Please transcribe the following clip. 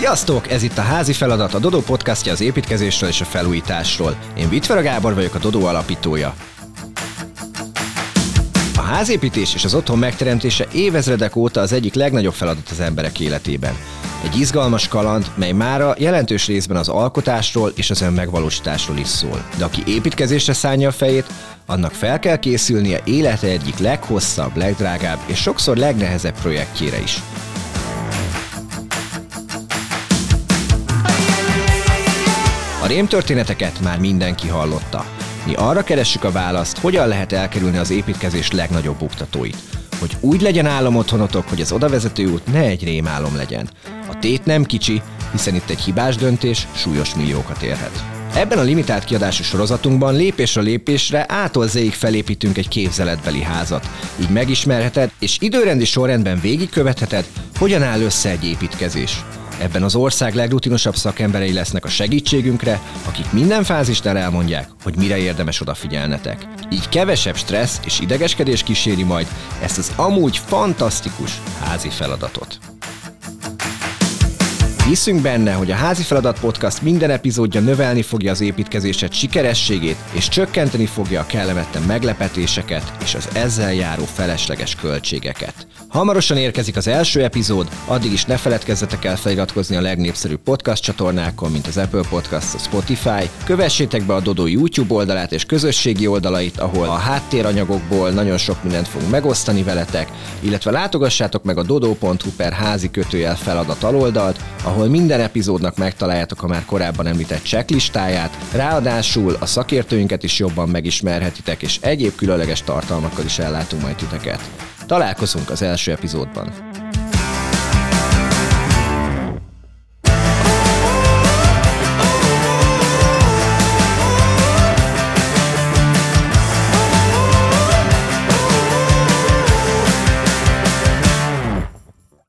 Sziasztok! Ez itt a Házi Feladat, a Dodó podcastja az építkezésről és a felújításról. Én Vitvera Gábor vagyok, a Dodó alapítója. A házépítés és az otthon megteremtése évezredek óta az egyik legnagyobb feladat az emberek életében. Egy izgalmas kaland, mely mára jelentős részben az alkotásról és az önmegvalósításról is szól. De aki építkezésre szánja a fejét, annak fel kell készülnie élete egyik leghosszabb, legdrágább és sokszor legnehezebb projektjére is. A rémtörténeteket már mindenki hallotta. Mi arra keressük a választ, hogyan lehet elkerülni az építkezés legnagyobb buktatóit. Hogy úgy legyen államotthonotok, hogy az odavezető út ne egy rémálom legyen. A tét nem kicsi, hiszen itt egy hibás döntés súlyos milliókat érhet. Ebben a limitált kiadású sorozatunkban lépésről lépésre A-tól Z-ig felépítünk egy képzeletbeli házat. Így megismerheted, és időrendi sorrendben végigkövetheted, hogyan áll össze egy építkezés. Ebben az ország legrutinosabb szakemberei lesznek a segítségünkre, akik minden fázisnál elmondják, hogy mire érdemes odafigyelnetek. Így kevesebb stressz és idegeskedés kíséri majd ezt az amúgy fantasztikus házi feladatot. Hiszünk benne, hogy a Házi Feladat Podcast minden epizódja növelni fogja az építkezésed sikerességét, és csökkenteni fogja a kellemetlen meglepetéseket és az ezzel járó felesleges költségeket. Hamarosan érkezik az első epizód, addig is ne feledkezzetek el feliratkozni a legnépszerűbb podcast csatornákon, mint az Apple Podcast, a Spotify. Kövessétek be a Dodó YouTube oldalát és közösségi oldalait, ahol a háttéranyagokból nagyon sok mindent fogunk megosztani veletek, illetve látogassátok meg a dodo.hu/házi-feladat aloldalt, ahol minden epizódnak megtaláljátok a már korábban említett checklistáját, ráadásul a szakértőinket is jobban megismerhetitek, és egyéb különleges tartalmakkal is ellátunk majd titeket. Találkozunk az első epizódban.